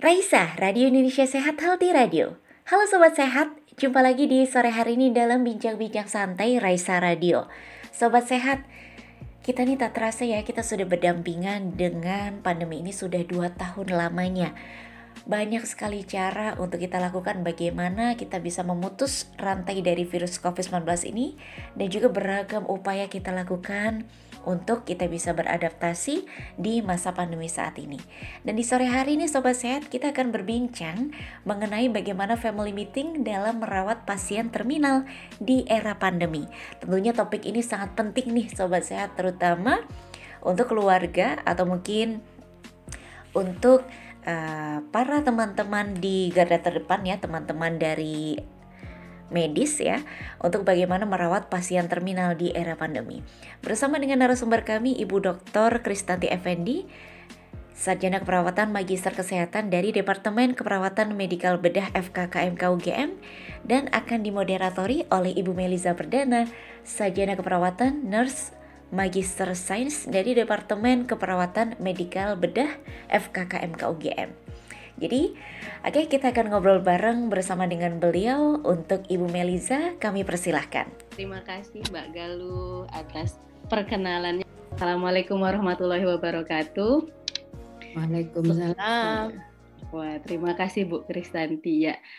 Raisa, Radio Indonesia Sehat Healthy Radio. Halo Sobat Sehat, jumpa lagi di sore hari ini dalam Bincang-Bincang Santai Raisa Radio. Sobat Sehat, kita nih tak terasa ya, kita sudah berdampingan dengan pandemi ini sudah 2 tahun lamanya. Banyak sekali cara untuk kita lakukan bagaimana kita bisa memutus rantai dari virus COVID-19 ini, dan juga beragam upaya kita lakukan untuk kita bisa beradaptasi di masa pandemi saat ini. Dan di sore hari ini Sobat Sehat, kita akan berbincang mengenai bagaimana family meeting dalam merawat pasien terminal di era pandemi. Tentunya topik ini sangat penting nih Sobat Sehat, terutama untuk keluarga atau mungkin untuk para teman-teman di garda terdepan ya, teman-teman dari medis ya, untuk bagaimana merawat pasien terminal di era pandemi. Bersama dengan narasumber kami Ibu Dr. Kristanti Effendi, Sarjana Keperawatan Magister Kesehatan dari Departemen Keperawatan Medikal Bedah FKKMK UGM, dan akan dimoderatori oleh Ibu Meliza Perdana, Sarjana Keperawatan Nurse Magister Sains dari Departemen Keperawatan Medikal Bedah FKKMK UGM. Jadi, oke, kita akan ngobrol bareng bersama dengan beliau. Untuk Ibu Meliza, kami persilahkan. Terima kasih Mbak Galuh atas perkenalannya. Assalamualaikum warahmatullahi wabarakatuh. Waalaikumsalam. Wah, terima kasih Bu Kristanti ya.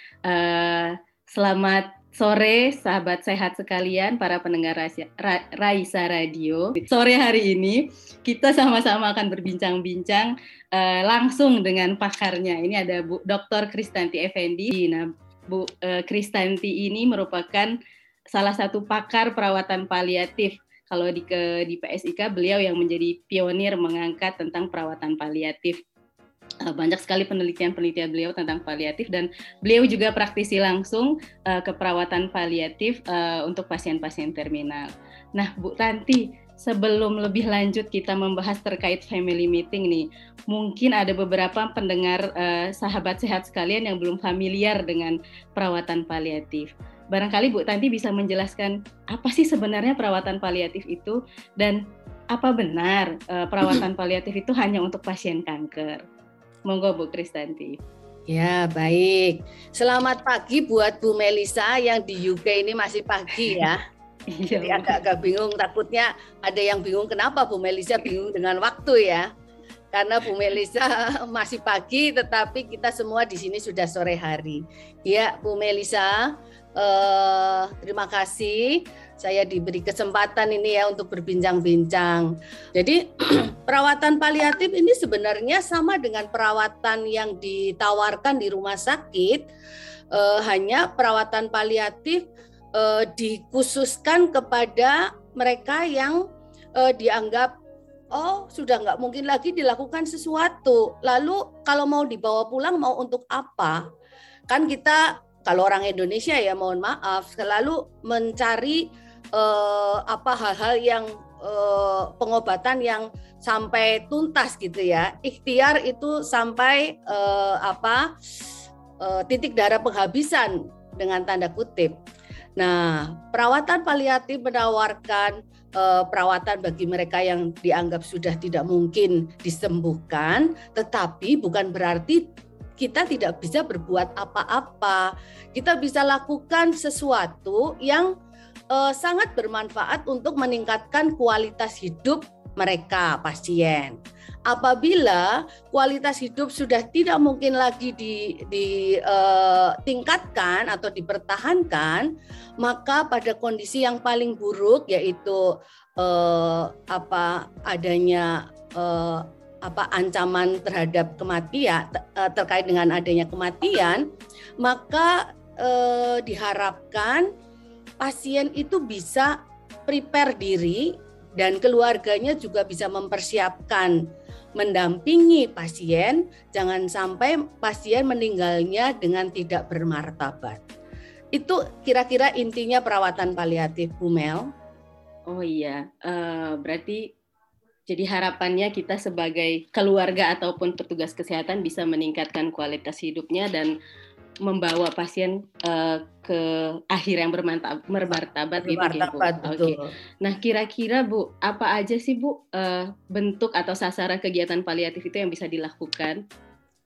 Selamat sore sahabat sehat sekalian, para pendengar Raisa Radio. Sore hari ini kita sama-sama akan berbincang-bincang langsung dengan pakarnya. Ini ada Bu Dr. Kristanti Effendi. Nah, Bu Kristanti ini merupakan salah satu pakar perawatan paliatif. Kalau di PSIK, beliau yang menjadi pionir mengangkat tentang perawatan paliatif. Banyak sekali penelitian-penelitian beliau tentang paliatif, dan beliau juga praktisi langsung keperawatan paliatif untuk pasien-pasien terminal. Nah, Bu Tanti, sebelum lebih lanjut kita membahas terkait family meeting nih, mungkin ada beberapa pendengar sahabat sehat sekalian yang belum familiar dengan perawatan paliatif. Barangkali Bu Tanti bisa menjelaskan apa sih sebenarnya perawatan paliatif itu, dan apa benar perawatan paliatif itu hanya untuk pasien kanker? Monggo Bu Kristanti. Ya, baik. Selamat pagi buat Bu Melisa yang di UK ini masih pagi ya. Jadi agak-agak bingung, takutnya ada yang bingung kenapa Bu Melisa bingung dengan waktu ya. Karena Bu Melisa masih pagi, tetapi kita semua di sini sudah sore hari. Ya, Bu Melisa, terima kasih. Saya diberi kesempatan ini ya untuk berbincang-bincang. Jadi perawatan paliatif ini sebenarnya sama dengan perawatan yang ditawarkan di rumah sakit, hanya perawatan paliatif dikhususkan kepada mereka yang dianggap sudah nggak mungkin lagi dilakukan sesuatu. Lalu kalau mau dibawa pulang mau untuk apa? Kan kita kalau orang Indonesia ya, mohon maaf, selalu mencari hal-hal yang pengobatan yang sampai tuntas gitu ya. Ikhtiar itu sampai titik darah penghabisan dengan tanda kutip. Nah, perawatan paliatif menawarkan perawatan bagi mereka yang dianggap sudah tidak mungkin disembuhkan, tetapi bukan berarti kita tidak bisa berbuat apa-apa. Kita bisa lakukan sesuatu yang sangat bermanfaat untuk meningkatkan kualitas hidup mereka, pasien. Apabila kualitas hidup sudah tidak mungkin lagi ditingkatkan atau dipertahankan, maka pada kondisi yang paling buruk yaitu adanya ancaman terhadap kematian, terkait dengan adanya kematian, maka diharapkan pasien itu bisa prepare diri dan keluarganya juga bisa mempersiapkan, mendampingi pasien, jangan sampai pasien meninggalnya dengan tidak bermartabat. Itu kira-kira intinya perawatan paliatif, Bu Mel. Oh iya, berarti jadi harapannya kita sebagai keluarga ataupun petugas kesehatan bisa meningkatkan kualitas hidupnya dan membawa pasien ke akhir yang bermartabat gitu ya Bu. Oke. Nah, kira-kira Bu, apa aja sih Bu bentuk atau sasaran kegiatan paliatif itu yang bisa dilakukan?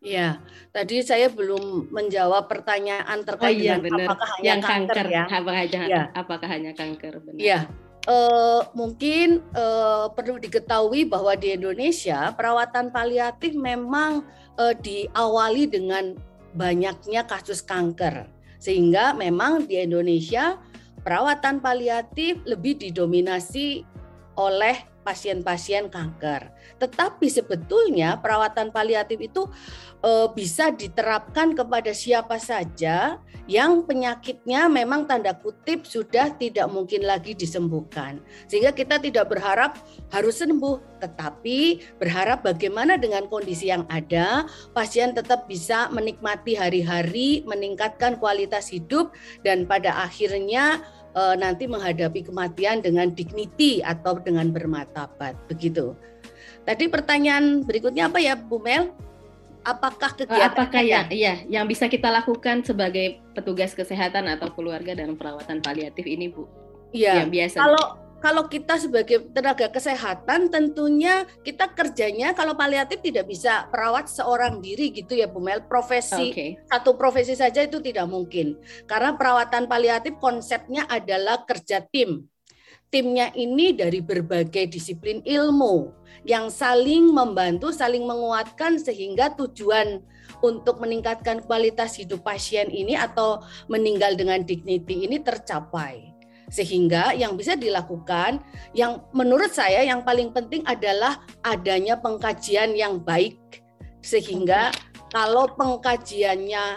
Iya, tadi saya belum menjawab pertanyaan terkait dengan benar. apakah hanya Yang kanker ya. Apakah hanya kanker? Benar. Iya, mungkin perlu diketahui bahwa di Indonesia perawatan paliatif memang diawali dengan banyaknya kasus kanker, sehingga memang di Indonesia perawatan paliatif lebih didominasi oleh pasien-pasien kanker. Tetapi sebetulnya perawatan paliatif itu bisa diterapkan kepada siapa saja yang penyakitnya memang tanda kutip sudah tidak mungkin lagi disembuhkan. Sehingga kita tidak berharap harus sembuh, tetapi berharap bagaimana dengan kondisi yang ada, pasien tetap bisa menikmati hari-hari, meningkatkan kualitas hidup, dan pada akhirnya nanti menghadapi kematian dengan dignity atau dengan bermartabat. Begitu. Tadi pertanyaan berikutnya apa ya, Bu Mel? Apakah kegiatan yang bisa kita lakukan sebagai petugas kesehatan atau keluarga dalam perawatan paliatif ini, Bu? Iya. Yang biasa. Kalau kita sebagai tenaga kesehatan tentunya kita kerjanya kalau paliatif tidak bisa perawat seorang diri gitu ya Bu Mel. Satu profesi saja itu tidak mungkin. Karena perawatan paliatif konsepnya adalah kerja tim. Timnya ini dari berbagai disiplin ilmu yang saling membantu, saling menguatkan sehingga tujuan untuk meningkatkan kualitas hidup pasien ini atau meninggal dengan dignity ini tercapai. Sehingga yang bisa dilakukan, yang menurut saya yang paling penting adalah adanya pengkajian yang baik. Sehingga kalau pengkajiannya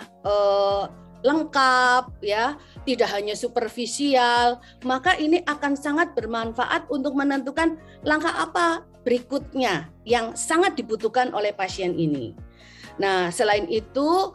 lengkap ya, tidak hanya superficial, maka ini akan sangat bermanfaat untuk menentukan langkah apa berikutnya yang sangat dibutuhkan oleh pasien ini. Nah, selain itu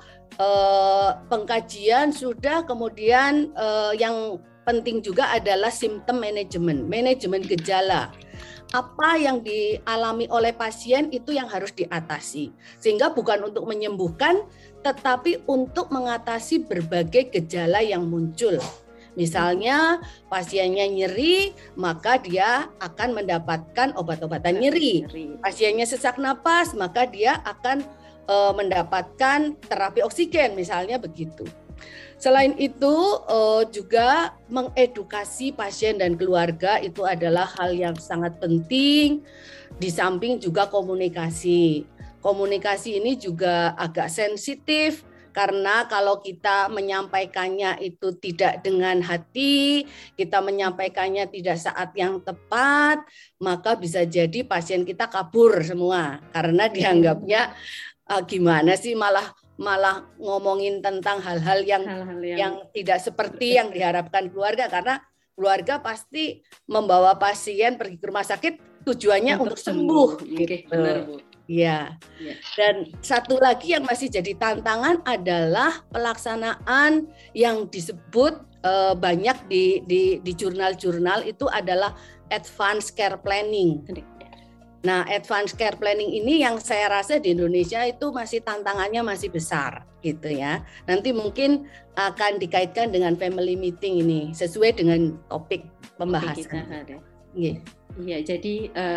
pengkajian sudah, kemudian yang penting juga adalah symptom management, manajemen gejala. Apa yang dialami oleh pasien itu yang harus diatasi. Sehingga bukan untuk menyembuhkan, tetapi untuk mengatasi berbagai gejala yang muncul. Misalnya pasiennya nyeri, maka dia akan mendapatkan obat-obatan nyeri. Pasiennya sesak napas, maka dia akan mendapatkan terapi oksigen, misalnya begitu. Selain itu juga mengedukasi pasien dan keluarga itu adalah hal yang sangat penting, di samping juga komunikasi. Komunikasi ini juga agak sensitif karena kalau kita menyampaikannya itu tidak dengan hati, kita menyampaikannya tidak saat yang tepat, maka bisa jadi pasien kita kabur semua karena dianggapnya gimana sih malah ngomongin tentang hal-hal yang tidak seperti yang diharapkan keluarga, karena keluarga pasti membawa pasien pergi ke rumah sakit tujuannya untuk sembuh. Gitu. Benar, Bu. Ya. Dan satu lagi yang masih jadi tantangan adalah pelaksanaan yang disebut banyak di jurnal-jurnal itu adalah advanced care planning. Nah, advanced care planning ini yang saya rasa di Indonesia itu masih tantangannya masih besar gitu ya. Nanti mungkin akan dikaitkan dengan family meeting ini sesuai dengan topik pembahasan. Iya, jadi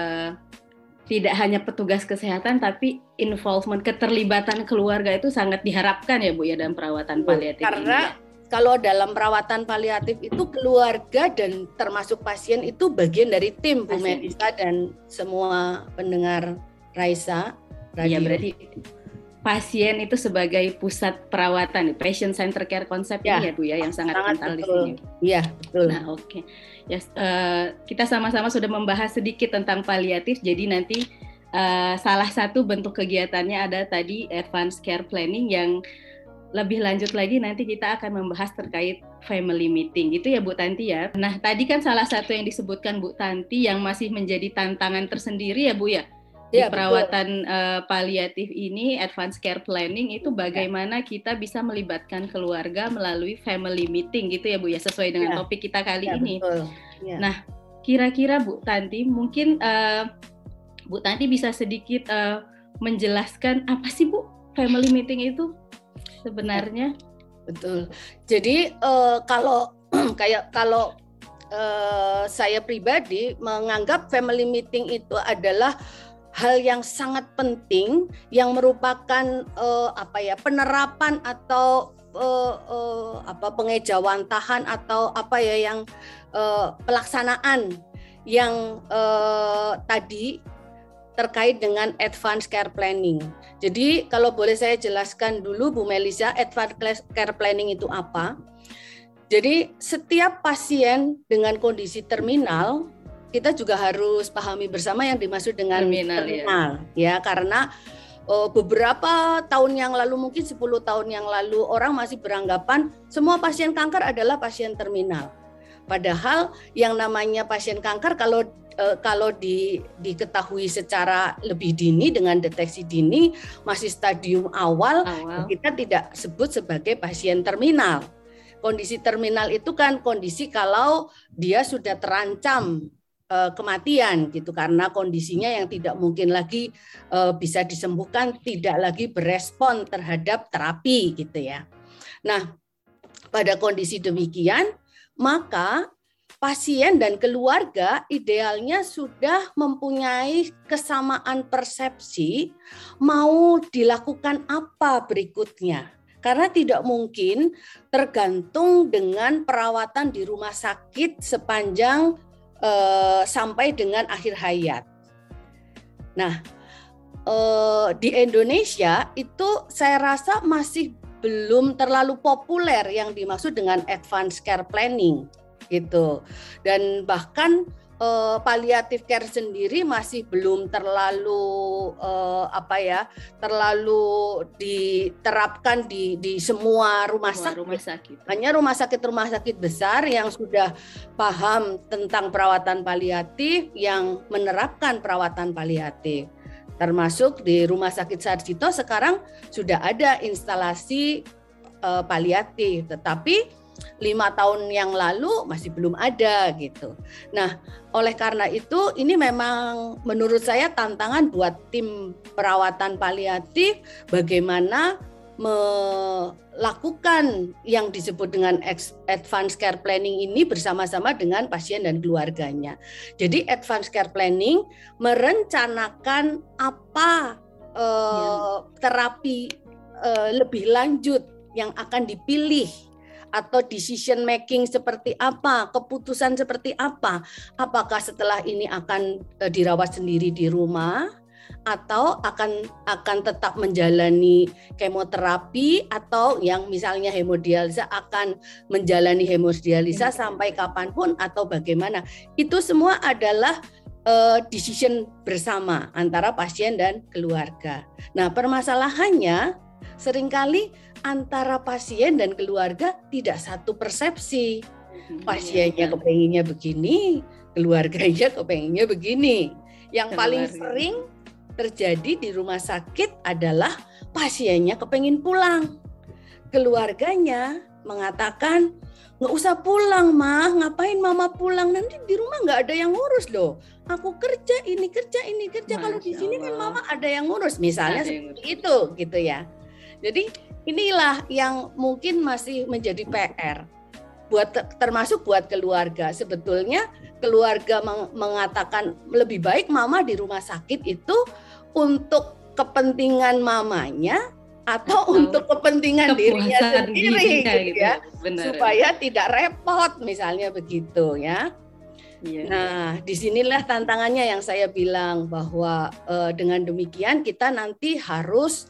tidak hanya petugas kesehatan tapi involvement, keterlibatan keluarga itu sangat diharapkan ya Bu ya dalam perawatan paliatif ini. Karena kalau dalam perawatan paliatif itu keluarga dan termasuk pasien itu bagian dari tim Bu Melisa dan semua pendengar Raisa Radio. Iya, berarti pasien itu sebagai pusat perawatan, patient center care konsep ini ya Bu ya yang sangat kental di sini. Iya, betul. Nah, oke. Ya, kita sama-sama sudah membahas sedikit tentang paliatif, jadi nanti salah satu bentuk kegiatannya ada tadi advanced care planning, yang lebih lanjut lagi nanti kita akan membahas terkait family meeting, gitu ya Bu Tanti ya. Nah, tadi kan salah satu yang disebutkan Bu Tanti yang masih menjadi tantangan tersendiri ya Bu ya, di perawatan paliatif ini, advanced care planning itu bagaimana kita bisa melibatkan keluarga melalui family meeting gitu ya Bu ya, sesuai dengan topik kita kali ini. Betul. Nah, kira-kira Bu Tanti mungkin Bu Tanti bisa sedikit menjelaskan apa sih Bu family meeting itu sebenarnya? Betul. Jadi kalau saya pribadi menganggap family meeting itu adalah hal yang sangat penting yang merupakan penerapan atau pengejawantahan atau yang pelaksanaan yang tadi terkait dengan advanced care planning. Jadi kalau boleh saya jelaskan dulu Bu Melisa, advanced care planning itu apa? Jadi setiap pasien dengan kondisi terminal, kita juga harus pahami bersama yang dimaksud dengan terminal ya, karena beberapa tahun yang lalu, mungkin 10 tahun yang lalu, orang masih beranggapan semua pasien kanker adalah pasien terminal. Padahal yang namanya pasien kanker kalau diketahui secara lebih dini dengan deteksi dini, masih stadium awal, kita tidak sebut sebagai pasien terminal. Kondisi terminal itu kan kondisi kalau dia sudah terancam kematian gitu, karena kondisinya yang tidak mungkin lagi bisa disembuhkan, tidak lagi berespon terhadap terapi gitu ya. Nah, pada kondisi demikian maka pasien dan keluarga idealnya sudah mempunyai kesamaan persepsi mau dilakukan apa berikutnya. Karena tidak mungkin tergantung dengan perawatan di rumah sakit sepanjang sampai dengan akhir hayat. Nah, di Indonesia itu saya rasa masih belum terlalu populer yang dimaksud dengan advanced care planning gitu. Dan bahkan palliative care sendiri masih belum terlalu terlalu diterapkan di semua rumah sakit. Hanya rumah sakit besar yang sudah paham tentang perawatan paliatif yang menerapkan perawatan paliatif. Termasuk di Rumah Sakit Sarjito sekarang sudah ada instalasi paliatif, tetapi 5 tahun yang lalu masih belum ada gitu. Nah, oleh karena itu ini memang menurut saya tantangan buat tim perawatan paliatif bagaimana melakukan yang disebut dengan advanced care planning ini bersama-sama dengan pasien dan keluarganya. Jadi advanced care planning merencanakan apa terapi lebih lanjut yang akan dipilih, atau decision making seperti apa, keputusan seperti apa. Apakah setelah ini akan dirawat sendiri di rumah, atau akan tetap menjalani kemoterapi, atau yang misalnya hemodialisa akan menjalani hemodialisa sampai kapanpun atau bagaimana. Itu semua adalah decision bersama antara pasien dan keluarga. Nah, permasalahannya seringkali antara pasien dan keluarga tidak satu persepsi. Pasiennya kepenginnya begini, keluarganya kepenginnya begini. Yang paling sering terjadi di rumah sakit adalah pasiennya kepengin pulang. Keluarganya mengatakan, nggak usah pulang mah, ngapain mama pulang, nanti di rumah nggak ada yang ngurus loh. Aku kerja ini kerja, kalau di sini kan mama ada yang ngurus, misalnya seperti itu gitu ya. Jadi inilah yang mungkin masih menjadi PR termasuk buat keluarga. Sebetulnya keluarga mengatakan lebih baik mama di rumah sakit itu untuk kepentingan mamanya atau untuk kepentingan dirinya sendiri gitu ya. Benar, supaya tidak repot misalnya begitu ya. Iya. Nah, disinilah tantangannya yang saya bilang bahwa dengan demikian kita nanti harus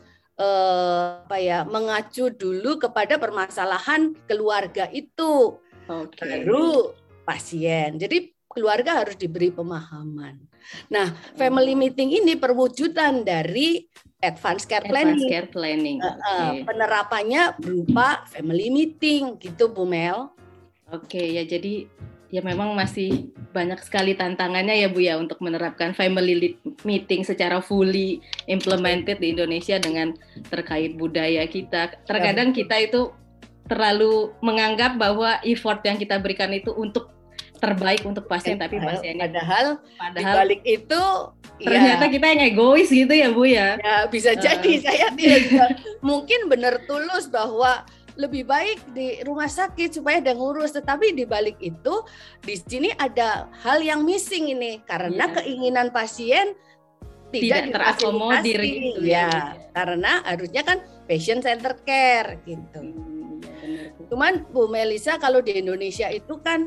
mengacu dulu kepada permasalahan keluarga itu, baru pasien. Jadi keluarga harus diberi pemahaman. Nah, family meeting ini perwujudan dari advanced care planning. Penerapannya berupa family meeting, gitu Bu Mel. Ya jadi ya memang masih banyak sekali tantangannya ya Bu ya untuk menerapkan family meeting secara fully implemented di Indonesia dengan terkait budaya kita. Terkadang kita itu terlalu menganggap bahwa effort yang kita berikan itu untuk terbaik untuk pasien, tapi pasiennya padahal di balik itu ternyata kita yang egois gitu ya Bu ya. Ya bisa jadi saya tidak mungkin benar tulus bahwa lebih baik di rumah sakit supaya ada ngurus, tetapi di balik itu di sini ada hal yang missing ini karena keinginan pasien tidak terakomodir gitu ya. Karena harusnya kan patient center care gitu. Benar. Cuman Bu Melisa, kalau di Indonesia itu kan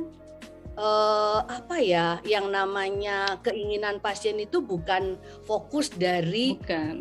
yang namanya keinginan pasien itu bukan fokus dari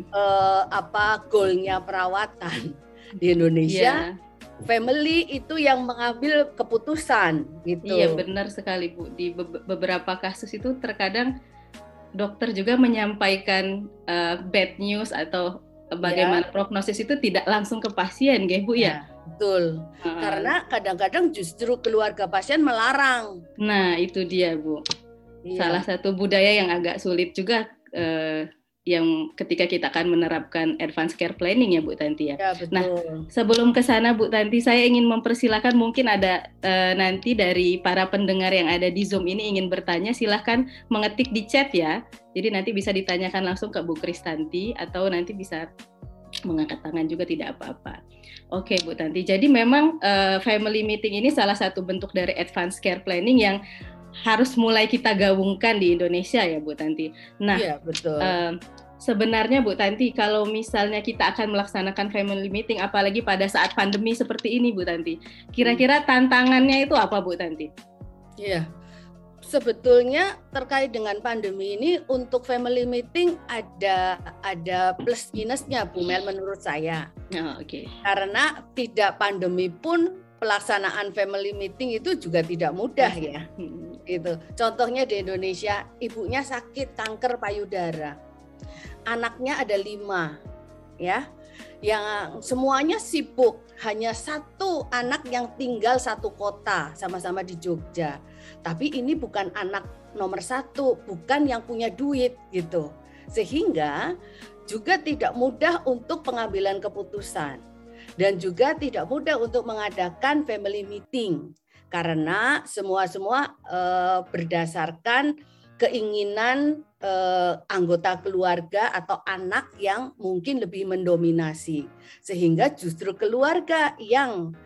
goalnya perawatan. Di Indonesia family itu yang mengambil keputusan gitu. Iya, benar sekali Bu. Di beberapa kasus itu terkadang dokter juga menyampaikan bad news atau bagaimana prognosis itu tidak langsung ke pasien, Bu ya. Betul. Karena kadang-kadang justru keluarga pasien melarang. Nah, itu dia, Bu. Salah satu budaya yang agak sulit juga yang ketika kita akan menerapkan advance care planning ya Bu Tanti ya. Betul. Nah, sebelum ke sana Bu Tanti, saya ingin mempersilahkan, mungkin ada nanti dari para pendengar yang ada di Zoom ini ingin bertanya, silahkan mengetik di chat ya. Jadi nanti bisa ditanyakan langsung ke Bu Kristanti atau nanti bisa mengangkat tangan juga, tidak apa-apa. Oke Bu Tanti, jadi memang family meeting ini salah satu bentuk dari advance care planning yang harus mulai kita gabungkan di Indonesia ya Bu Tanti. Nah, betul. Sebenarnya Bu Tanti, kalau misalnya kita akan melaksanakan family meeting, apalagi pada saat pandemi seperti ini Bu Tanti, kira-kira tantangannya itu apa Bu Tanti? Iya, sebetulnya terkait dengan pandemi ini untuk family meeting ada plus minusnya Bu Mel menurut saya. Karena tidak pandemi pun pelaksanaan family meeting itu juga tidak mudah ya. Gitu. Contohnya di Indonesia, ibunya sakit kanker payudara. Anaknya ada 5 ya, yang semuanya sibuk, hanya satu anak yang tinggal satu kota, sama-sama di Jogja. Tapi ini bukan anak nomor 1, bukan yang punya duit gitu, sehingga juga tidak mudah untuk pengambilan keputusan dan juga tidak mudah untuk mengadakan family meeting karena semua berdasarkan keinginan anggota keluarga atau anak yang mungkin lebih mendominasi, sehingga justru keluarga yang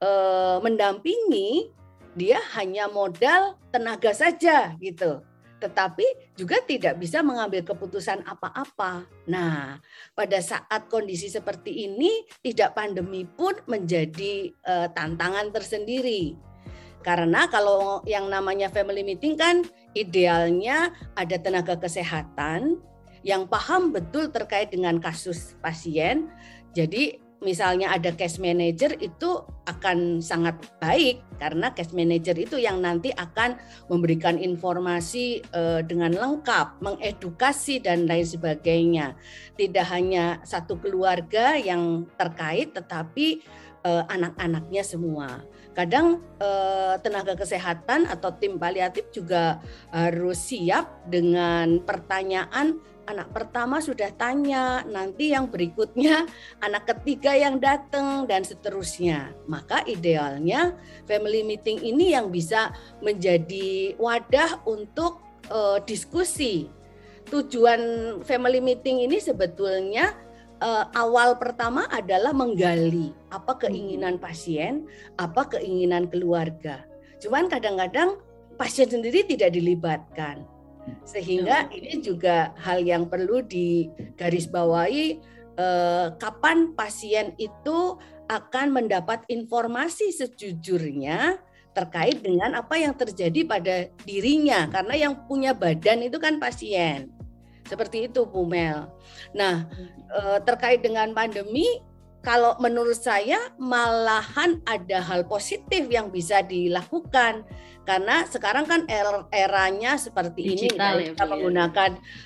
mendampingi dia hanya modal tenaga saja gitu, tetapi juga tidak bisa mengambil keputusan apa-apa. Nah, pada saat kondisi seperti ini, tidak pandemi pun menjadi tantangan tersendiri. Karena kalau yang namanya family meeting kan idealnya ada tenaga kesehatan yang paham betul terkait dengan kasus pasien. Jadi misalnya ada case manager itu akan sangat baik karena case manager itu yang nanti akan memberikan informasi dengan lengkap, mengedukasi dan lain sebagainya. Tidak hanya satu keluarga yang terkait tetapi anak-anaknya semua. Kadang tenaga kesehatan atau tim paliatif juga harus siap dengan pertanyaan, anak pertama sudah tanya, nanti yang berikutnya anak ketiga yang datang dan seterusnya. Maka idealnya family meeting ini yang bisa menjadi wadah untuk diskusi. Tujuan family meeting ini sebetulnya awal pertama adalah menggali apa keinginan pasien, apa keinginan keluarga. Cuman kadang-kadang pasien sendiri tidak dilibatkan. Sehingga ini juga hal yang perlu digarisbawahi, kapan pasien itu akan mendapat informasi sejujurnya terkait dengan apa yang terjadi pada dirinya, karena yang punya badan itu kan pasien. Seperti itu Bu Mel. Nah, terkait dengan pandemi, kalau menurut saya malahan ada hal positif yang bisa dilakukan. Karena sekarang kan eranya seperti digital, ini, kita menggunakan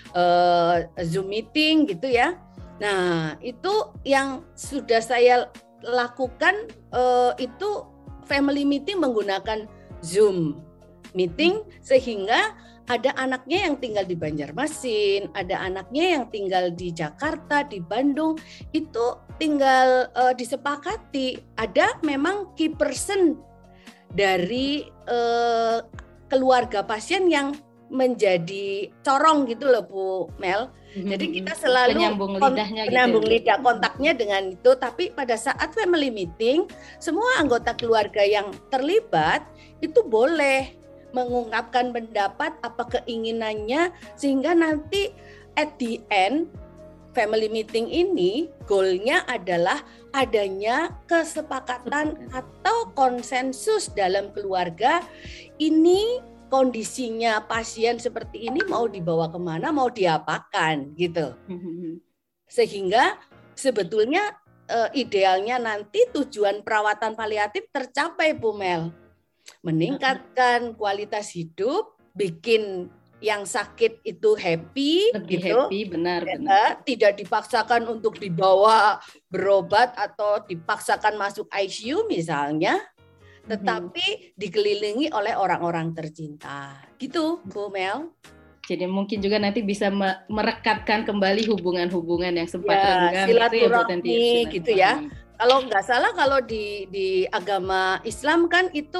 Zoom meeting gitu ya. Nah, itu yang sudah saya lakukan itu family meeting menggunakan Zoom meeting, sehingga ada anaknya yang tinggal di Banjarmasin, ada anaknya yang tinggal di Jakarta, di Bandung, itu tinggal disepakati. Ada memang key person dari keluarga pasien yang menjadi corong gitu loh Bu Mel. Jadi kita selalu penyambung lidah kontaknya dengan itu. Tapi pada saat family meeting, semua anggota keluarga yang terlibat itu boleh mengungkapkan pendapat apa keinginannya, sehingga nanti at the end family meeting ini goalnya adalah adanya kesepakatan atau konsensus dalam keluarga. Ini kondisinya pasien seperti ini mau dibawa kemana, mau diapakan gitu. Sehingga sebetulnya idealnya nanti tujuan perawatan paliatif tercapai, Bu Mel. Meningkatkan kualitas hidup, bikin yang sakit itu happy, lebih gitu. Happy, benar. Tidak dipaksakan untuk dibawa berobat atau dipaksakan masuk ICU misalnya, tetapi dikelilingi oleh orang-orang tercinta. Gitu, Bu Mel. Jadi mungkin juga nanti bisa merekatkan kembali hubungan-hubungan yang sempat renggang, silaturahmi gitu ya. Kalau nggak salah kalau di agama Islam kan itu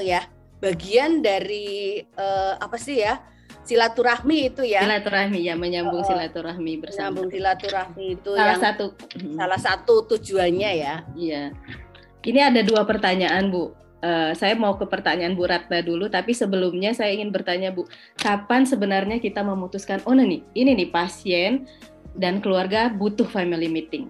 bagian dari apa sih ya? Silaturahmi itu ya. Silaturahmi ya, menyambung silaturahmi bersama. Menyambung silaturahmi itu salah satu tujuannya ya. Iya. Ini ada 2 pertanyaan, Bu. Saya mau ke pertanyaan Bu Ratna dulu, tapi sebelumnya saya ingin bertanya, Bu, kapan sebenarnya kita memutuskan, ini nih pasien dan keluarga butuh family meeting?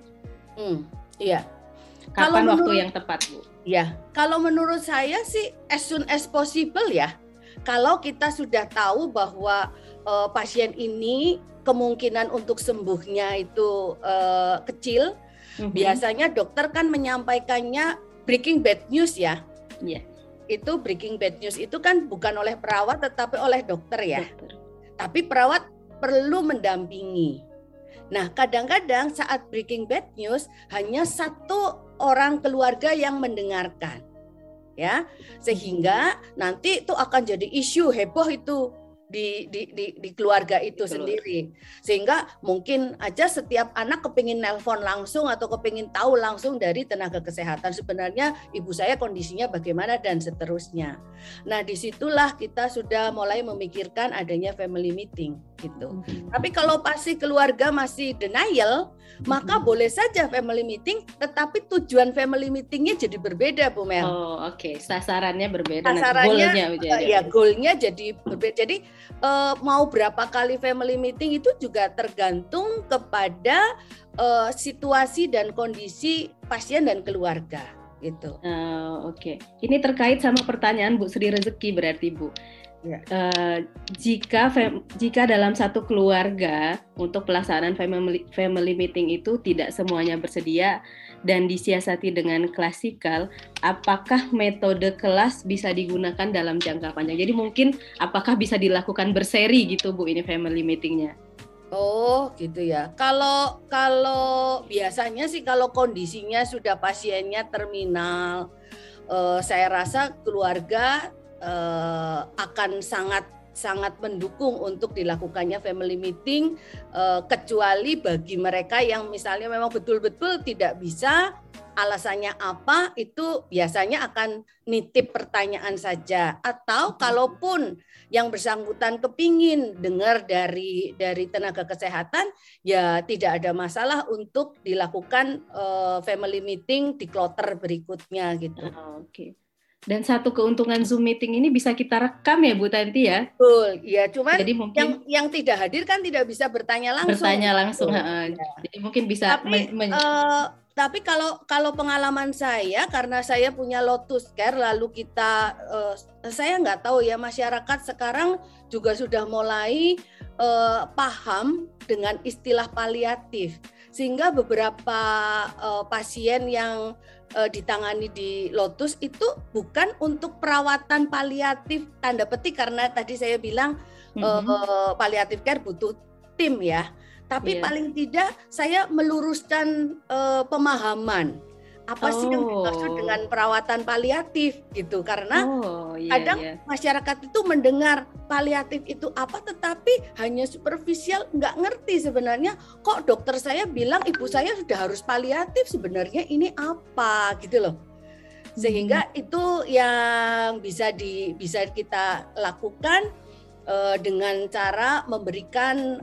Iya. Kapan waktu yang tepat, Bu? Ya, kalau menurut saya sih as soon as possible ya. Kalau kita sudah tahu bahwa pasien ini kemungkinan untuk sembuhnya itu kecil, biasanya dokter kan menyampaikannya breaking bad news ya. Iya. Itu breaking bad news itu kan bukan oleh perawat tetapi oleh dokter ya. Tapi perawat perlu mendampingi. Nah, kadang-kadang saat breaking bad news hanya satu orang keluarga yang mendengarkan. Ya, sehingga nanti itu akan jadi isu heboh itu di keluarga itu sendiri, sehingga mungkin aja setiap anak kepingin nelpon langsung atau kepingin tahu langsung dari tenaga kesehatan sebenarnya ibu saya kondisinya bagaimana dan seterusnya. Nah, disitulah kita sudah mulai memikirkan adanya family meeting gitu. Tapi kalau pasti keluarga masih denial, maka boleh saja family meeting, tetapi tujuan family meetingnya jadi berbeda, Bu Mel. Oke. Sasarannya berbeda. Sasarannya, goalnya jadi berbeda. Jadi mau berapa kali family meeting itu juga tergantung kepada situasi dan kondisi pasien dan keluarga, gitu. Oke. Ini terkait sama pertanyaan Bu Sri Rezeki berarti, Bu. Ya. Jika dalam satu keluarga untuk pelaksanaan family meeting itu tidak semuanya bersedia dan disiasati dengan klasikal, apakah metode kelas bisa digunakan dalam jangka panjang? Jadi mungkin apakah bisa dilakukan berseri gitu, Bu, ini family meetingnya? Oh gitu ya. Kalau biasanya sih kalau kondisinya sudah pasiennya terminal, saya rasa keluarga akan sangat mendukung untuk dilakukannya family meeting, kecuali bagi mereka yang misalnya memang betul-betul tidak bisa, alasannya apa, itu biasanya akan nitip pertanyaan saja. Atau kalaupun yang bersangkutan kepingin dengar dari tenaga kesehatan, ya tidak ada masalah untuk dilakukan family meeting di kloter berikutnya gitu. Oke. Dan satu keuntungan Zoom meeting ini bisa kita rekam ya Bu Tanti ya? Betul, ya cuman jadi mungkin yang tidak hadir kan tidak bisa bertanya langsung. Ya. Jadi mungkin bisa. Tapi kalau pengalaman saya, karena saya punya Lotus Care, lalu kita, saya nggak tahu ya masyarakat sekarang juga sudah mulai paham dengan istilah paliatif, sehingga beberapa pasien yang ditangani di Lotus itu bukan untuk perawatan paliatif tanda petik, karena tadi saya bilang paliatif care butuh tim ya, tapi paling tidak saya meluruskan pemahaman apa sih yang dimaksud dengan perawatan paliatif gitu, karena kadang masyarakat itu mendengar paliatif itu apa tetapi hanya superficial, nggak ngerti sebenarnya kok dokter saya bilang ibu saya sudah harus paliatif, sebenarnya ini apa gitu loh. Sehingga itu yang bisa kita lakukan dengan cara memberikan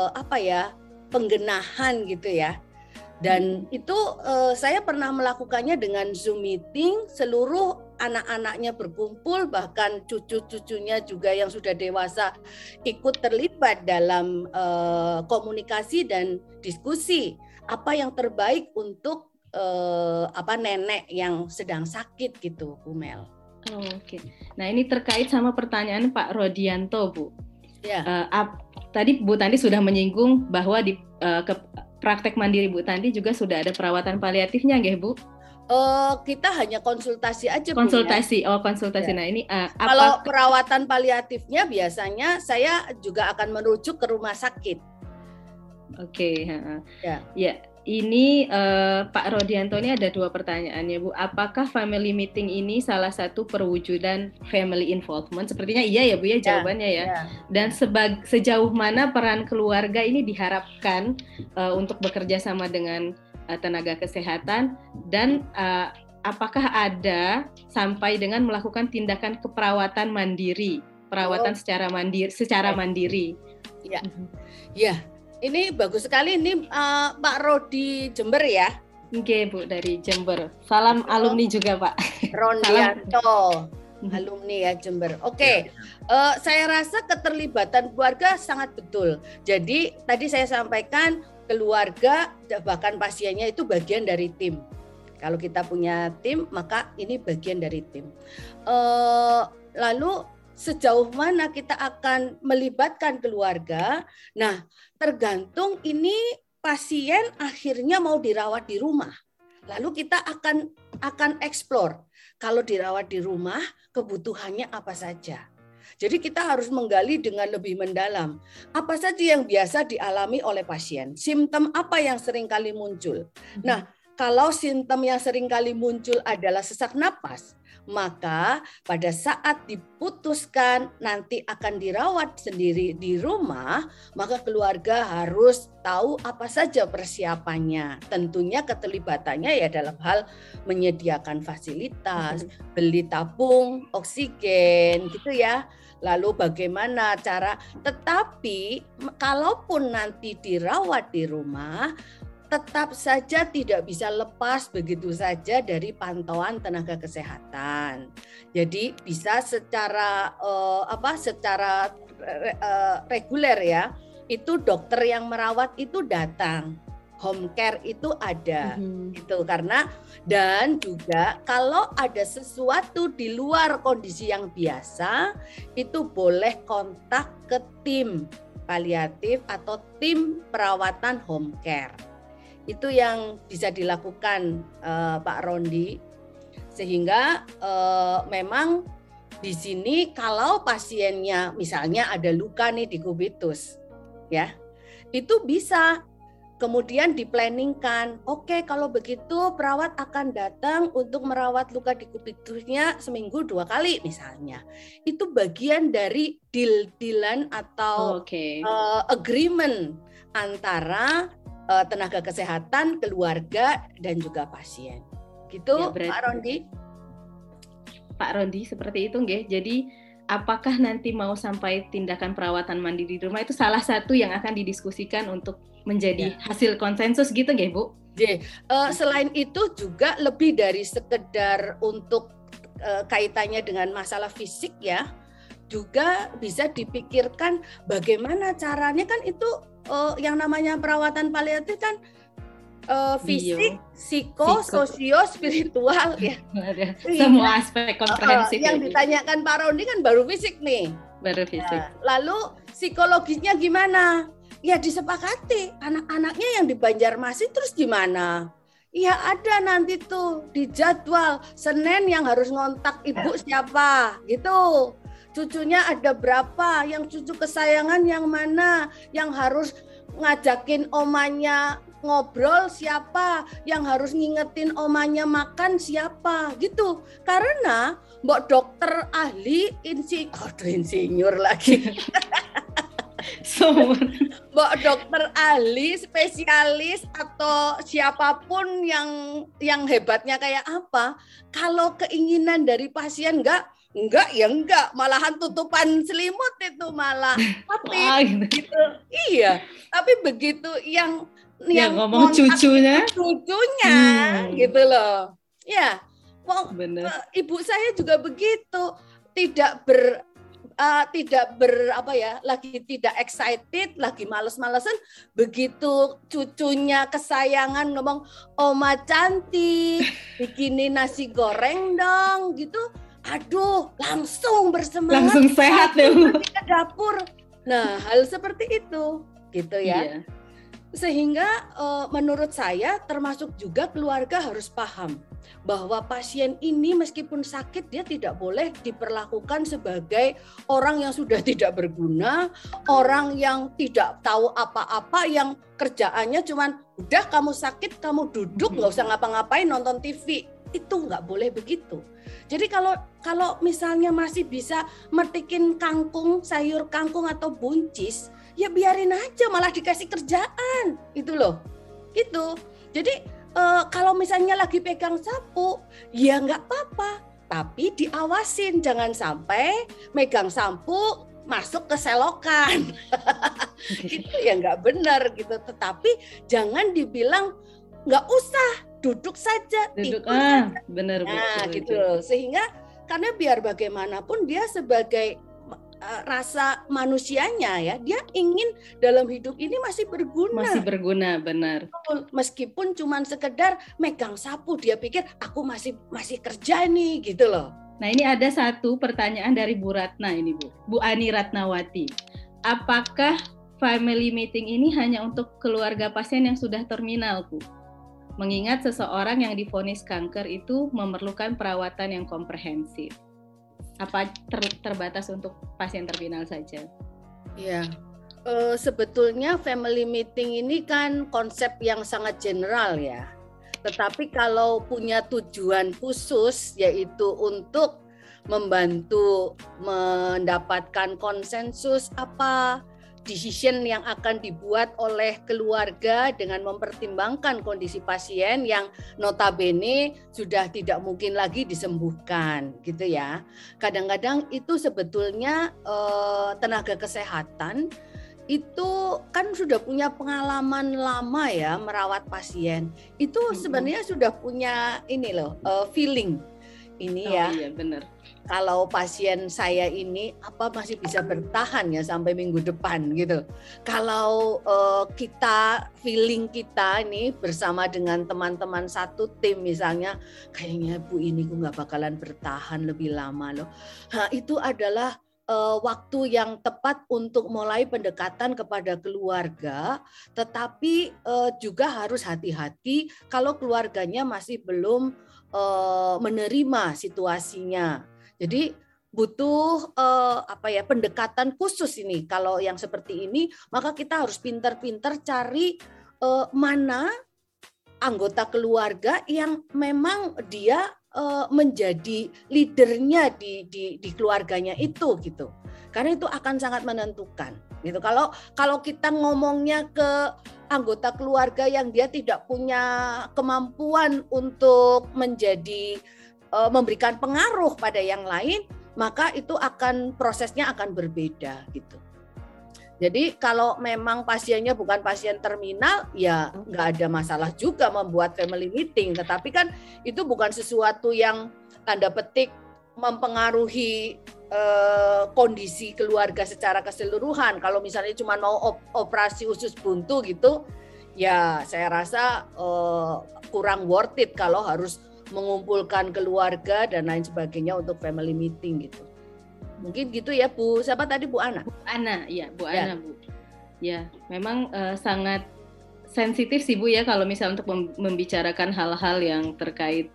penggenahan gitu ya. Dan itu saya pernah melakukannya dengan Zoom meeting, seluruh anak-anaknya berkumpul, bahkan cucu-cucunya juga yang sudah dewasa ikut terlibat dalam komunikasi dan diskusi apa yang terbaik untuk nenek yang sedang sakit gitu, Bu Mel. Oke. Nah, ini terkait sama pertanyaan Pak Rodianto, Bu. Ya. Tadi Bu Tanti sudah menyinggung bahwa di praktek mandiri Bu Tanti juga sudah ada perawatan paliatifnya, nggih, Bu? Kita hanya konsultasi aja. Konsultasi, Bu, ya? Konsultasi. Ya. Nah, ini kalau perawatan paliatifnya biasanya saya juga akan merujuk ke rumah sakit. Oke. Ya. Ini Pak Rodianto ini ada 2 pertanyaannya, Bu. Apakah family meeting ini salah satu perwujudan family involvement? Sepertinya iya ya, Bu ya, jawabannya ya. Dan sejauh mana peran keluarga ini diharapkan untuk bekerja sama dengan tenaga kesehatan, dan apakah ada sampai dengan melakukan tindakan keperawatan mandiri, perawatan secara mandiri? Ya. Ya. Ini bagus sekali, ini Pak Rodi Jember ya? Oke, Bu, dari Jember. Salam alumni juga, Pak. Rodianto, alumni ya Jember. Oke. Saya rasa keterlibatan keluarga sangat betul. Jadi tadi saya sampaikan keluarga bahkan pasiennya itu bagian dari tim. Kalau kita punya tim, maka ini bagian dari tim. Lalu sejauh mana kita akan melibatkan keluarga? Nah, tergantung ini pasien akhirnya mau dirawat di rumah. Lalu kita akan explore. Kalau dirawat di rumah, kebutuhannya apa saja. Jadi kita harus menggali dengan lebih mendalam. Apa saja yang biasa dialami oleh pasien? Simptom apa yang sering kali muncul? Nah, kalau simptom yang sering kali muncul adalah sesak napas, maka pada saat diputuskan nanti akan dirawat sendiri di rumah, maka keluarga harus tahu apa saja persiapannya. Tentunya keterlibatannya ya dalam hal menyediakan fasilitas, beli tabung oksigen gitu ya. Lalu bagaimana cara, tetapi kalaupun nanti dirawat di rumah, tetap saja tidak bisa lepas begitu saja dari pantauan tenaga kesehatan. Jadi bisa secara reguler ya. Itu dokter yang merawat itu datang. Home care itu ada gitu, karena dan juga kalau ada sesuatu di luar kondisi yang biasa itu boleh kontak ke tim paliatif atau tim perawatan home care. Itu yang bisa dilakukan Pak Rondi, sehingga memang di sini kalau pasiennya misalnya ada luka nih di kubitus ya, itu bisa kemudian diplanningkan. Oke, kalau begitu perawat akan datang untuk merawat luka di kubitusnya seminggu 2 kali misalnya. Itu bagian dari deal-dealan atau agreement antara tenaga kesehatan, keluarga, dan juga pasien. Gitu ya, Pak Rondi? Pak Rondi, seperti itu nggih. Jadi apakah nanti mau sampai tindakan perawatan mandiri di rumah itu salah satu yang akan didiskusikan untuk menjadi hasil konsensus gitu nggih, Bu? Selain itu juga lebih dari sekedar untuk kaitannya dengan masalah fisik ya, juga bisa dipikirkan bagaimana caranya, kan itu yang namanya perawatan paliatif kan fisik, psiko, sosio, spiritual ya. Semua aspek komprehensif. Yang ditanyakan Pak Rondi kan baru fisik nih. Baru fisik. Lalu psikologisnya gimana? Ya disepakati, anak-anaknya yang di Banjarmasin terus gimana? Ya ada nanti tuh di jadwal Senin yang harus ngontak ibu siapa gitu. Cucunya ada berapa, yang cucu kesayangan yang mana, yang harus ngajakin omanya ngobrol siapa, yang harus ngingetin omanya makan siapa gitu. Karena mbok dokter ahli insinyur lagi. Mbok dokter ahli, spesialis atau siapapun yang hebatnya kayak apa, kalau keinginan dari pasien enggak, malahan tutupan selimut itu malah. Tapi gitu. Iya, tapi begitu yang ngomong cucunya gitu loh. Ya. Ibu saya juga begitu, lagi tidak excited, lagi males-malesan, begitu cucunya kesayangan ngomong, "Oma cantik, bikinin nasi goreng dong," gitu. Aduh, langsung bersemangat, langsung sehat ya Bu. Pergi ke dapur. Nah, hal seperti itu, gitu ya. Iya. Sehingga menurut saya termasuk juga keluarga harus paham bahwa pasien ini meskipun sakit dia tidak boleh diperlakukan sebagai orang yang sudah tidak berguna, orang yang tidak tahu apa-apa, yang kerjaannya cuman udah kamu sakit kamu duduk nggak usah ngapa-ngapain nonton TV. Itu nggak boleh begitu. Jadi kalau misalnya masih bisa metikin kangkung, sayur kangkung atau buncis, ya biarin aja, malah dikasih kerjaan, itu loh, gitu. Jadi kalau misalnya lagi pegang sapu, ya nggak apa-apa, tapi diawasin, jangan sampai megang sapu masuk ke selokan, itu ya nggak benar gitu. Tetapi jangan dibilang nggak usah, duduk saja, duduk saja. Benar Bu. Nah gitu loh. Sehingga karena biar bagaimanapun dia sebagai rasa manusianya ya, dia ingin dalam hidup ini masih berguna, benar. Meskipun cuman sekedar megang sapu, dia pikir aku masih kerja nih, gitu loh. Nah, ini ada satu pertanyaan dari Bu Ratna ini Bu Ani Ratnawati. Apakah family meeting ini hanya untuk keluarga pasien yang sudah terminal, Bu? Mengingat seseorang yang divonis kanker itu memerlukan perawatan yang komprehensif. Apa terbatas untuk pasien terminal saja? Ya, sebetulnya family meeting ini kan konsep yang sangat general ya. Tetapi kalau punya tujuan khusus yaitu untuk membantu mendapatkan konsensus apa decision yang akan dibuat oleh keluarga dengan mempertimbangkan kondisi pasien yang notabene sudah tidak mungkin lagi disembuhkan, gitu ya. Kadang-kadang itu sebetulnya tenaga kesehatan itu kan sudah punya pengalaman lama ya merawat pasien. Itu sebenarnya sudah punya ini loh, feeling. Ini ya. Iya, benar. Kalau pasien saya ini masih bisa bertahan ya sampai minggu depan gitu. Kalau feeling kita ini bersama dengan teman-teman satu tim misalnya, kayaknya Bu ini nggak bakalan bertahan lebih lama loh. Nah, itu adalah waktu yang tepat untuk mulai pendekatan kepada keluarga, tetapi juga harus hati-hati kalau keluarganya masih belum menerima situasinya. Jadi butuh pendekatan khusus ini. Kalau yang seperti ini, maka kita harus pintar-pintar cari mana anggota keluarga yang memang dia menjadi leadernya di keluarganya itu gitu. Karena itu akan sangat menentukan. Gitu. Kalau kita ngomongnya ke anggota keluarga yang dia tidak punya kemampuan untuk menjadi memberikan pengaruh pada yang lain, maka itu prosesnya akan berbeda gitu. Jadi kalau memang pasiennya bukan pasien terminal, ya nggak ada masalah juga membuat family meeting. Tetapi kan itu bukan sesuatu yang tanda petik mempengaruhi kondisi keluarga secara keseluruhan. Kalau misalnya cuma mau operasi usus buntu gitu, ya saya rasa kurang worth it kalau harus mengumpulkan keluarga dan lain sebagainya untuk family meeting gitu. Mungkin gitu ya Bu. Siapa tadi Bu Ana? Bu Ana, ya Bu Ana Bu. Ya, memang sangat sensitif sih Bu ya kalau misalnya untuk membicarakan hal-hal yang terkait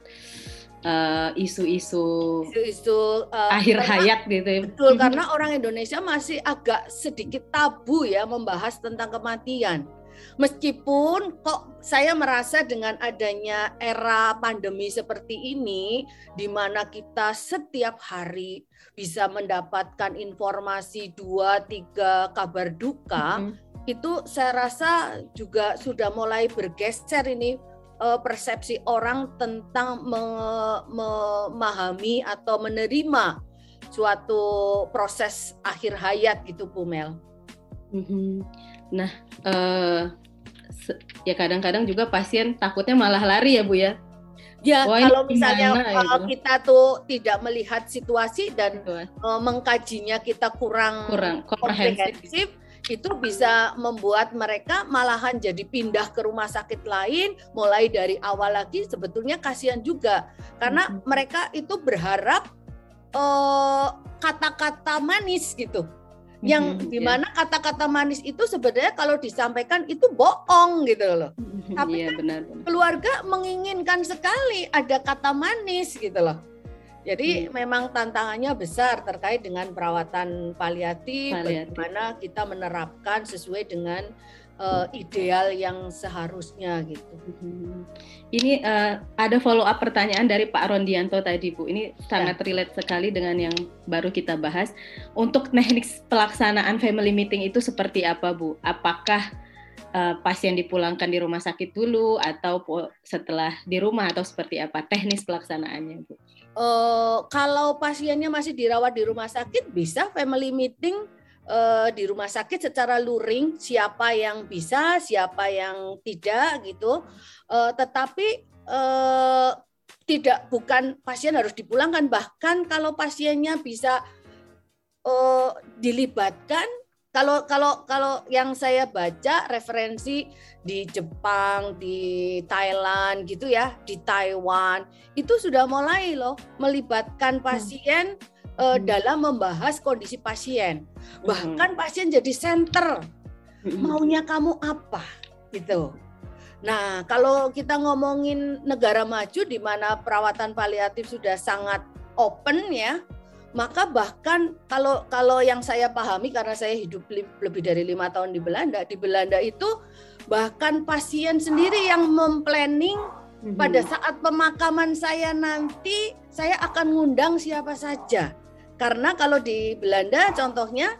isu-isu akhir hayat gitu ya. Betul, karena orang Indonesia masih agak sedikit tabu ya membahas tentang kematian. Meskipun kok saya merasa dengan adanya era pandemi seperti ini, di mana kita setiap hari bisa mendapatkan informasi 2-3 kabar duka, itu saya rasa juga sudah mulai bergeser ini persepsi orang tentang memahami atau menerima suatu proses akhir hayat gitu Bu Mel. Nah, ya kadang-kadang juga pasien takutnya malah lari ya Bu ya. Ya, Wah, kalau misalnya itu? kita tuh tidak melihat situasi dan mengkajinya kita kurang komprehensif, itu bisa membuat mereka malahan jadi pindah ke rumah sakit lain, mulai dari awal lagi. Sebetulnya kasihan juga, karena mereka itu berharap kata-kata manis gitu. Yang dimana kata-kata manis itu sebenarnya kalau disampaikan itu bohong gitu loh. Tapi kan keluarga menginginkan sekali ada kata manis gitu loh. Jadi memang tantangannya besar terkait dengan perawatan paliatif. Bagaimana kita menerapkan sesuai dengan ideal yang seharusnya gitu. Ini ada follow up pertanyaan dari Pak Rondianto tadi, Bu. Ini sangat relate sekali dengan yang baru kita bahas. Untuk teknik pelaksanaan family meeting itu seperti apa, Bu? Apakah pasien dipulangkan di rumah sakit dulu atau setelah di rumah, atau seperti apa teknis pelaksanaannya, Bu? Kalau pasiennya masih dirawat di rumah sakit, bisa family meeting di rumah sakit secara luring, siapa yang bisa, siapa yang tidak gitu. Tetapi bukan pasien harus dipulangkan, bahkan kalau pasiennya bisa dilibatkan. Kalau yang saya baca referensi di Jepang, di Thailand gitu ya, di Taiwan itu sudah mulai loh melibatkan pasien dalam membahas kondisi pasien. Bahkan pasien jadi center, maunya kamu apa gitu. Nah, kalau kita ngomongin negara maju di mana perawatan paliatif sudah sangat open ya, maka bahkan kalau yang saya pahami, karena saya hidup lebih dari 5 tahun di Belanda itu bahkan pasien sendiri yang memplanning pada saat pemakaman saya nanti saya akan ngundang siapa saja. Karena kalau di Belanda contohnya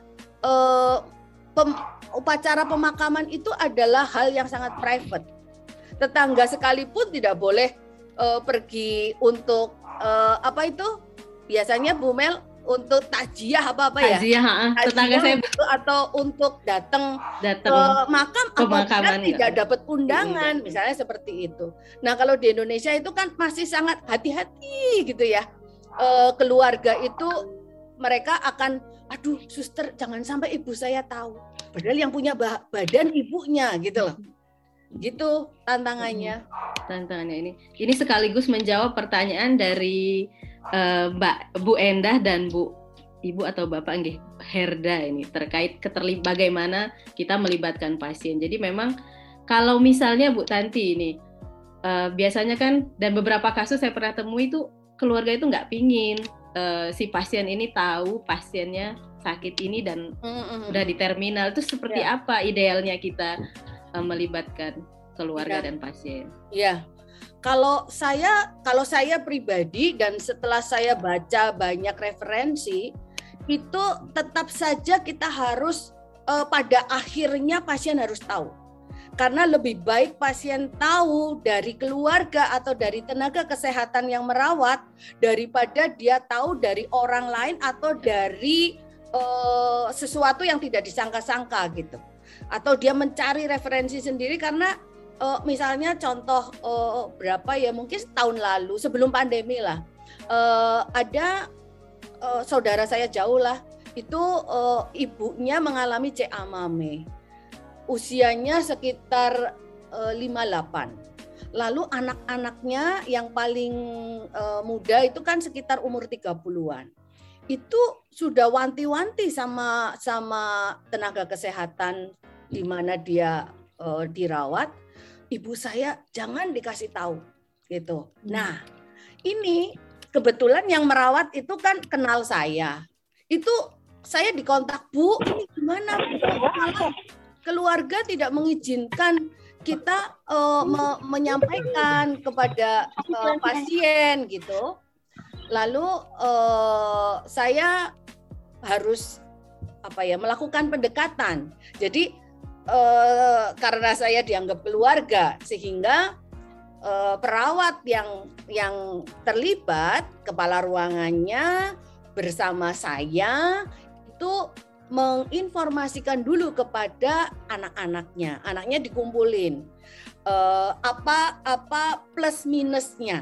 upacara pemakaman itu adalah hal yang sangat private. Tetangga sekalipun tidak boleh pergi untuk apa itu? Biasanya Bu Mel untuk takziah apa ya? Tetangga saya atau untuk datang ke makam apabila tidak dapat undangan, misalnya seperti itu. Nah, kalau di Indonesia itu kan masih sangat hati-hati gitu ya. Keluarga itu mereka akan, aduh suster jangan sampai ibu saya tahu. Padahal yang punya badan ibunya gitu loh. Gitu tantangannya. Tantangannya ini sekaligus menjawab pertanyaan dari Mbak Bu Endah dan Bu Ibu atau Bapak nggih Herda ini terkait bagaimana kita melibatkan pasien. Jadi memang kalau misalnya Bu Tanti ini biasanya kan, dan beberapa kasus saya pernah temui itu keluarga itu nggak pingin si pasien ini tahu pasiennya sakit ini dan udah di terminal. Itu seperti apa idealnya kita melibatkan keluarga dan pasien? Iya. Kalau saya pribadi dan setelah saya baca banyak referensi, itu tetap saja kita harus pada akhirnya pasien harus tahu. Karena lebih baik pasien tahu dari keluarga atau dari tenaga kesehatan yang merawat daripada dia tahu dari orang lain atau dari sesuatu yang tidak disangka-sangka gitu. Atau dia mencari referensi sendiri karena misalnya contoh berapa ya, mungkin tahun lalu sebelum pandemi lah, ada saudara saya jauh lah, itu ibunya mengalami CA mame, usianya sekitar 58. Lalu anak-anaknya yang paling muda itu kan sekitar umur 30-an. Itu sudah wanti-wanti sama tenaga kesehatan di mana dia dirawat. Ibu saya jangan dikasih tahu gitu. Nah, ini kebetulan yang merawat itu kan kenal saya. Itu saya dikontak, Bu, ini gimana Bu? Malah keluarga tidak mengizinkan kita menyampaikan kepada pasien gitu. Lalu saya harus melakukan pendekatan. Jadi karena saya dianggap keluarga sehingga perawat yang terlibat, kepala ruangannya bersama saya itu menginformasikan dulu kepada anak-anaknya. Anaknya dikumpulin apa plus minusnya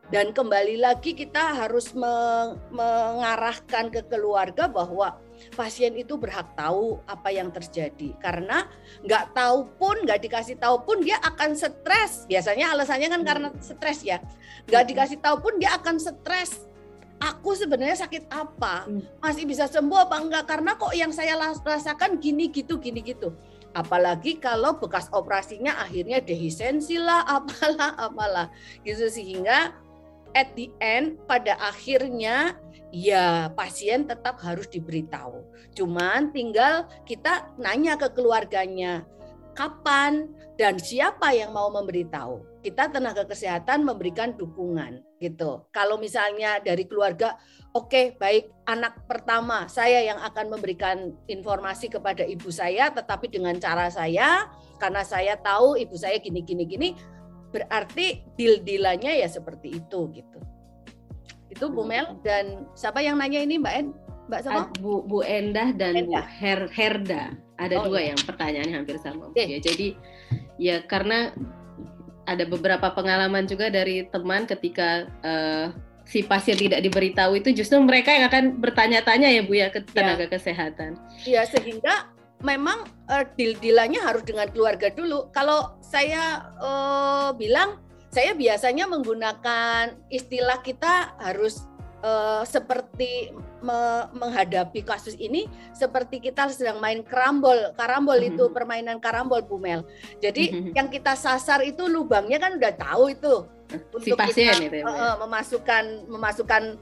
Dan kembali lagi kita harus mengarahkan ke keluarga bahwa pasien itu berhak tahu apa yang terjadi. Karena nggak tahu pun, nggak dikasih tahu pun dia akan stres. Biasanya alasannya kan karena stres ya. Nggak dikasih tahu pun dia akan stres. Aku sebenarnya sakit apa? Masih bisa sembuh apa enggak? Karena kok yang saya rasakan gini gitu. Apalagi kalau bekas operasinya akhirnya dehisensi lah, apalah gitu, sehingga at the end, pada akhirnya ya pasien tetap harus diberitahu. Cuman tinggal kita nanya ke keluarganya kapan dan siapa yang mau memberitahu. Kita tenaga kesehatan memberikan dukungan gitu. Kalau misalnya dari keluarga, oke, baik, anak pertama saya yang akan memberikan informasi kepada ibu saya, tetapi dengan cara saya, karena saya tahu ibu saya gini, berarti deal-dealannya ya seperti itu gitu. Itu Bu Mel. Dan siapa yang nanya ini, Mbak siapa? Bu Endah dan Endah. Bu Herda. Ada dua yang pertanyaannya hampir sama. Ya, jadi ya karena ada beberapa pengalaman juga dari teman ketika si pasien tidak diberitahu, itu justru mereka yang akan bertanya-tanya ya Bu ya ke tenaga kesehatan. Iya, sehingga memang deal-dealannya harus dengan keluarga dulu. Kalau saya bilang, saya biasanya menggunakan istilah kita harus seperti menghadapi kasus ini seperti kita sedang main karambol itu permainan karambol Bu Mel. Jadi yang kita sasar itu lubangnya kan udah tahu itu si pasien kita, itu memasukkan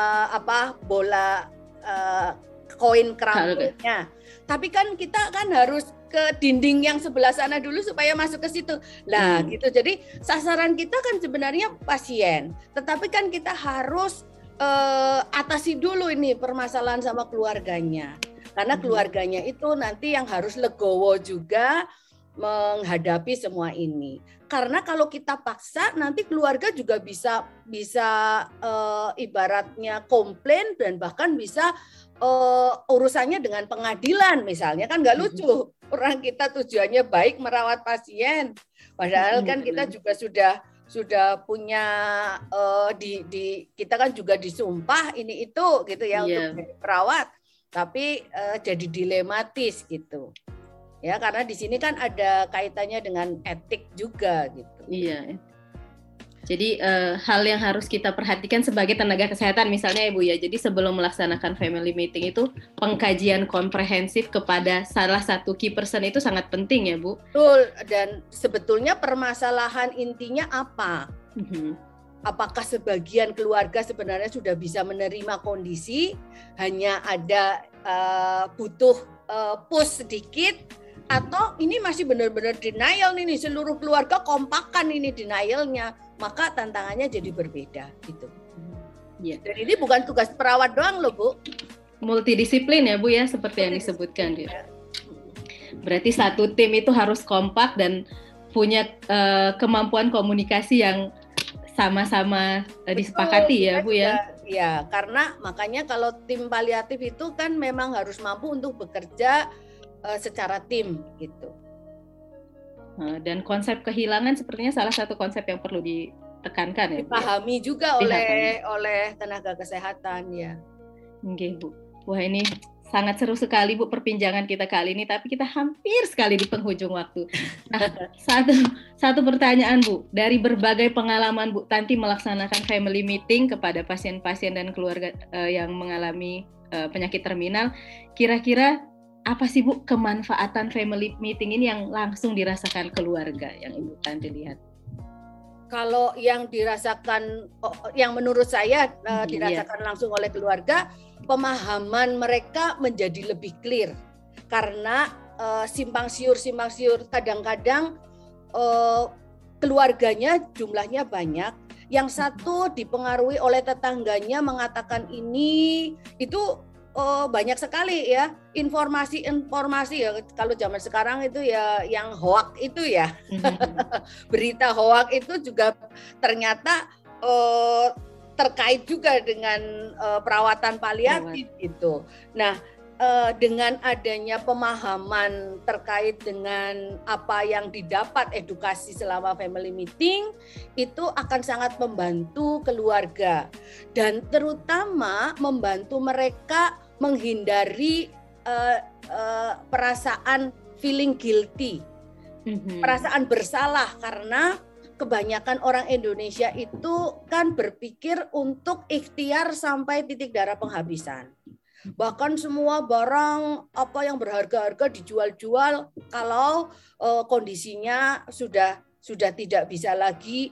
bola koin karambolnya. Tapi kan kita kan harus ke dinding yang sebelah sana dulu supaya masuk ke situ. Nah, gitu. Jadi sasaran kita kan sebenarnya pasien, tetapi kan kita harus atasi dulu ini permasalahan sama keluarganya. Karena keluarganya itu nanti yang harus legowo juga menghadapi semua ini. Karena kalau kita paksa, nanti keluarga juga bisa ibaratnya komplain dan bahkan bisa urusannya dengan pengadilan misalnya, kan nggak lucu. Orang kita tujuannya baik merawat pasien, padahal kan kita juga sudah punya kita kan juga disumpah ini itu gitu ya untuk jadi perawat, tapi jadi dilematis gitu. Ya, karena di sini kan ada kaitannya dengan etik juga gitu. Iya. Jadi hal yang harus kita perhatikan sebagai tenaga kesehatan misalnya Ibu ya. Jadi sebelum melaksanakan family meeting itu pengkajian komprehensif kepada salah satu key person itu sangat penting ya Bu. Betul, dan sebetulnya permasalahan intinya apa? Apakah sebagian keluarga sebenarnya sudah bisa menerima kondisi, hanya ada butuh push sedikit, atau ini masih benar-benar denial nih, seluruh keluarga kompakan ini denialnya, maka tantangannya jadi berbeda gitu. Ya. Dan ini bukan tugas perawat doang loh Bu. Multidisiplin ya Bu ya, seperti yang disebutkan. Berarti satu tim itu harus kompak dan punya kemampuan komunikasi yang sama-sama disepakati ya Bu ya. Ya, karena makanya kalau tim paliatif itu kan memang harus mampu untuk bekerja secara tim gitu. Dan konsep kehilangan sepertinya salah satu konsep yang perlu ditekankan ya. Dipahami juga oleh tenaga kesehatan ya. Oke Bu. Wah ini sangat seru sekali Bu perbincangan kita kali ini, tapi kita hampir sekali di penghujung waktu. Nah, satu pertanyaan Bu, dari berbagai pengalaman Bu Tanti melaksanakan family meeting kepada pasien-pasien dan keluarga yang mengalami penyakit terminal, kira-kira apa sih Bu kemanfaatan family meeting ini yang langsung dirasakan keluarga yang Ibu Tanti lihat? Kalau yang dirasakan, yang menurut saya dirasakan langsung oleh keluarga, pemahaman mereka menjadi lebih clear. Karena simpang siur kadang-kadang keluarganya jumlahnya banyak. Yang satu dipengaruhi oleh tetangganya mengatakan ini, itu banyak sekali ya informasi ya, kalau zaman sekarang itu ya yang hoak itu ya. Berita hoak itu juga ternyata terkait juga dengan perawatan paliatif gitu. Nah, dengan adanya pemahaman terkait dengan apa yang didapat edukasi selama family meeting itu akan sangat membantu keluarga dan terutama membantu mereka menghindari perasaan feeling guilty, perasaan bersalah karena kebanyakan orang Indonesia itu kan berpikir untuk ikhtiar sampai titik darah penghabisan. Bahkan semua barang apa yang berharga-harga dijual-jual kalau kondisinya sudah tidak bisa lagi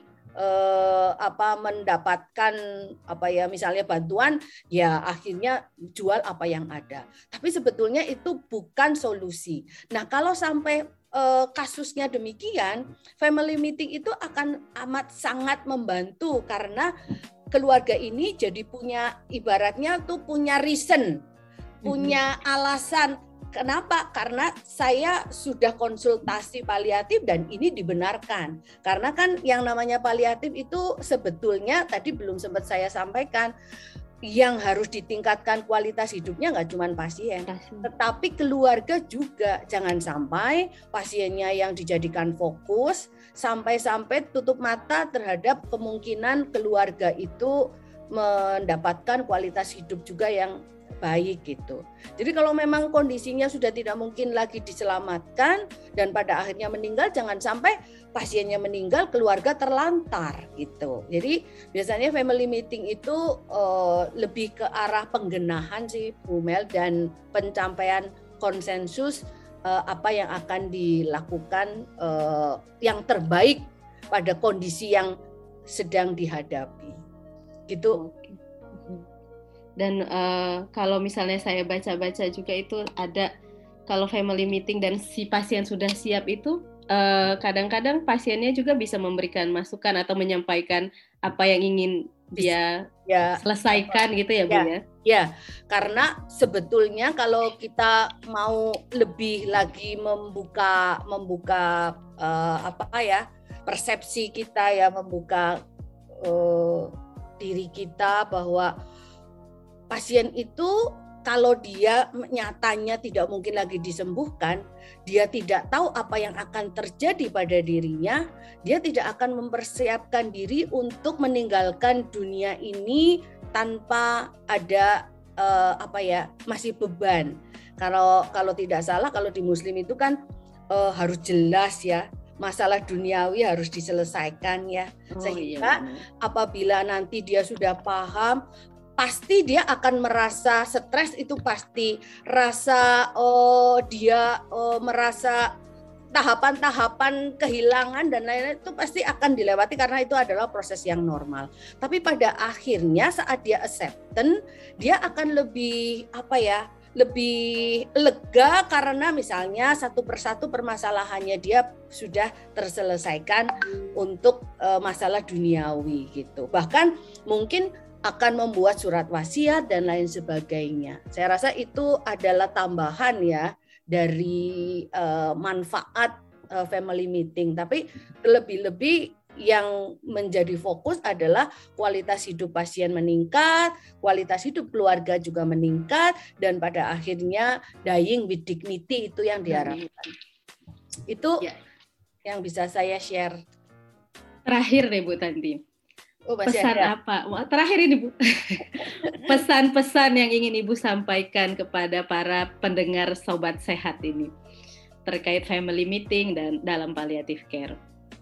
mendapatkan misalnya bantuan, ya akhirnya jual apa yang ada. Tapi sebetulnya itu bukan solusi. Nah, kalau sampai kasusnya demikian, family meeting itu akan amat sangat membantu karena keluarga ini jadi punya ibaratnya tuh punya reason, punya alasan. Kenapa? Karena saya sudah konsultasi paliatif dan ini dibenarkan. Karena kan yang namanya paliatif itu sebetulnya tadi belum sempat saya sampaikan, yang harus ditingkatkan kualitas hidupnya nggak cuma pasien, tetapi keluarga juga. Jangan sampai pasiennya yang dijadikan fokus, sampai-sampai tutup mata terhadap kemungkinan keluarga itu mendapatkan kualitas hidup juga yang baik gitu. Jadi kalau memang kondisinya sudah tidak mungkin lagi diselamatkan dan pada akhirnya meninggal, jangan sampai pasiennya meninggal, keluarga terlantar gitu. Jadi biasanya family meeting itu lebih ke arah penggenahan sih Bu Mel dan pencapaian konsensus apa yang akan dilakukan yang terbaik pada kondisi yang sedang dihadapi. Gitu. Dan kalau misalnya saya baca-baca juga itu ada kalau family meeting dan si pasien sudah siap itu kadang-kadang pasiennya juga bisa memberikan masukan atau menyampaikan apa yang ingin dia selesaikan gitu ya Bu ya? Ya, karena sebetulnya kalau kita mau lebih lagi membuka persepsi kita ya, membuka diri kita bahwa pasien itu kalau dia nyatanya tidak mungkin lagi disembuhkan, dia tidak tahu apa yang akan terjadi pada dirinya, dia tidak akan mempersiapkan diri untuk meninggalkan dunia ini tanpa ada masih beban. Kalau tidak salah, kalau di Muslim itu kan harus jelas ya, masalah duniawi harus diselesaikan ya. Sehingga apabila nanti dia sudah paham, pasti dia akan merasa stres, itu pasti rasa dia merasa tahapan-tahapan kehilangan dan lain-lain itu pasti akan dilewati karena itu adalah proses yang normal. Tapi pada akhirnya saat dia acceptance, dia akan lebih lebih lega karena misalnya satu persatu permasalahannya dia sudah terselesaikan untuk masalah duniawi gitu. Bahkan mungkin akan membuat surat wasiat dan lain sebagainya. Saya rasa itu adalah tambahan ya dari manfaat family meeting. Tapi lebih-lebih yang menjadi fokus adalah kualitas hidup pasien meningkat, kualitas hidup keluarga juga meningkat, dan pada akhirnya dying with dignity itu yang diharapkan. Itu yang bisa saya share. Terakhir nih Bu Tanti. Pesan ada apa? Terakhir ini Bu. Pesan-pesan yang ingin Ibu sampaikan kepada para pendengar Sobat Sehat ini terkait family meeting dan dalam palliative care.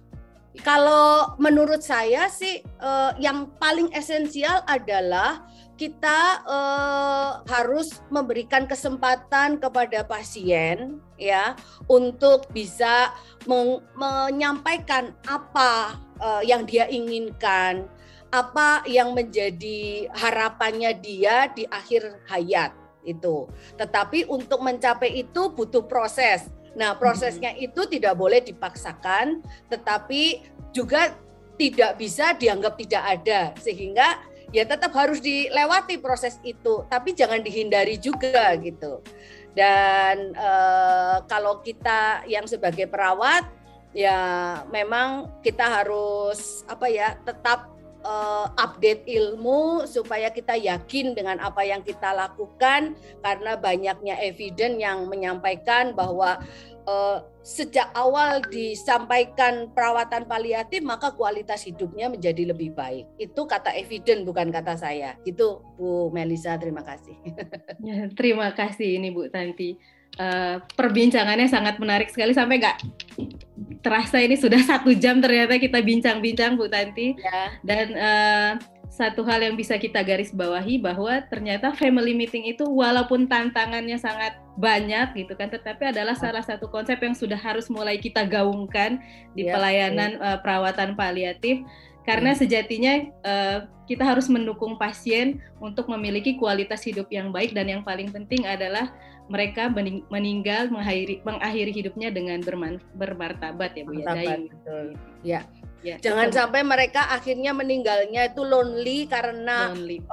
Kalau menurut saya sih yang paling esensial adalah kita harus memberikan kesempatan kepada pasien ya untuk bisa menyampaikan apa yang dia inginkan, apa yang menjadi harapannya dia di akhir hayat itu. Tetapi untuk mencapai itu butuh proses. Nah, prosesnya itu tidak boleh dipaksakan, tetapi juga tidak bisa dianggap tidak ada, sehingga ya tetap harus dilewati proses itu, tapi jangan dihindari juga gitu. Dan kalau kita yang sebagai perawat, ya memang kita harus tetap update ilmu supaya kita yakin dengan apa yang kita lakukan, karena banyaknya evidence yang menyampaikan bahwa sejak awal disampaikan perawatan paliatif maka kualitas hidupnya menjadi lebih baik. Itu kata evidence, bukan kata saya. Itu Bu Melisa, terima kasih. Ya, terima kasih ini Bu Tanti. Perbincangannya sangat menarik sekali, sampai nggak terasa ini sudah 1 jam ternyata kita bincang-bincang Bu Tanti. Ya. Dan satu hal yang bisa kita garis bawahi bahwa ternyata family meeting itu walaupun tantangannya sangat banyak gitu kan, tetapi adalah salah satu konsep yang sudah harus mulai kita gaungkan di pelayanan perawatan paliatif, karena sejatinya kita harus mendukung pasien untuk memiliki kualitas hidup yang baik, dan yang paling penting adalah mereka meninggal mengakhiri hidupnya dengan bermartabat ya Bu ya. Betul. Ya. Ya, jangan sampai mereka akhirnya meninggalnya itu lonely karena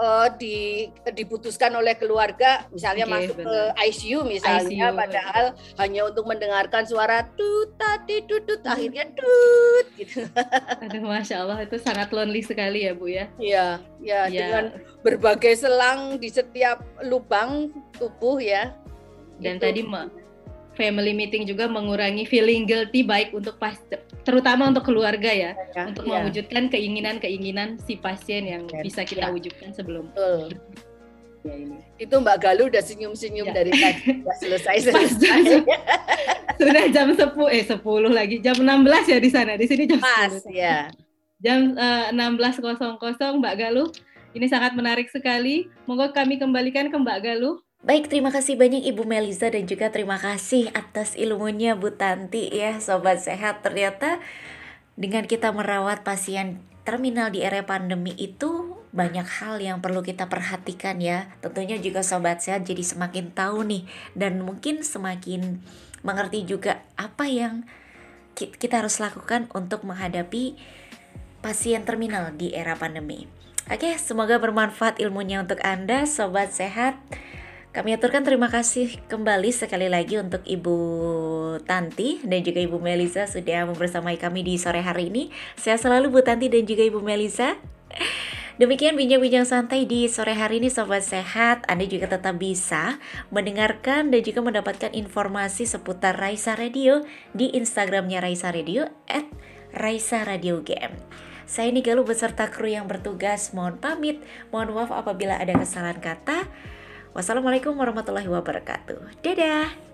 diputuskan oleh keluarga, misalnya masuk ke ICU misalnya, padahal hanya untuk mendengarkan suara tut tati tutut, akhirnya tut gitu. Aduh, Masya Allah, itu sangat lonely sekali ya Bu ya. Iya, dengan berbagai selang di setiap lubang tubuh ya. Dan itu. Tadi family meeting juga mengurangi feeling guilty, baik untuk terutama untuk keluarga ya, untuk mewujudkan keinginan-keinginan si pasien yang bisa kita wujudkan sebelum. Ya, ini. Itu Mbak Galuh udah senyum-senyum dari tadi, udah selesai. Sudah jam 10 lagi, jam 16 ya di sana, di sini jam 10. Ya. Jam 16.00 Mbak Galuh. Ini sangat menarik sekali. Monggo kami kembalikan ke Mbak Galuh. Baik, terima kasih banyak Ibu Melisa dan juga terima kasih atas ilmunya Bu Tanti ya, Sobat Sehat. Ternyata dengan kita merawat pasien terminal di era pandemi itu banyak hal yang perlu kita perhatikan ya. Tentunya juga Sobat Sehat jadi semakin tahu nih, dan mungkin semakin mengerti juga apa yang kita harus lakukan untuk menghadapi pasien terminal di era pandemi. Oke, semoga bermanfaat ilmunya untuk Anda Sobat Sehat. Kami aturkan terima kasih kembali sekali lagi untuk Ibu Tanti dan juga Ibu Melisa sudah membersamai kami di sore hari ini. Sehat selalu Bu Tanti dan juga Ibu Melisa. Demikian bincang-bincang santai di sore hari ini Sobat Sehat. Anda juga tetap bisa mendengarkan dan juga mendapatkan informasi seputar Raisa Radio di Instagramnya Raisa Radio @RaisaRadioGM. Saya Galuh beserta kru yang bertugas mohon pamit. Mohon maaf apabila ada kesalahan kata. Wassalamualaikum warahmatullahi wabarakatuh. Dadah.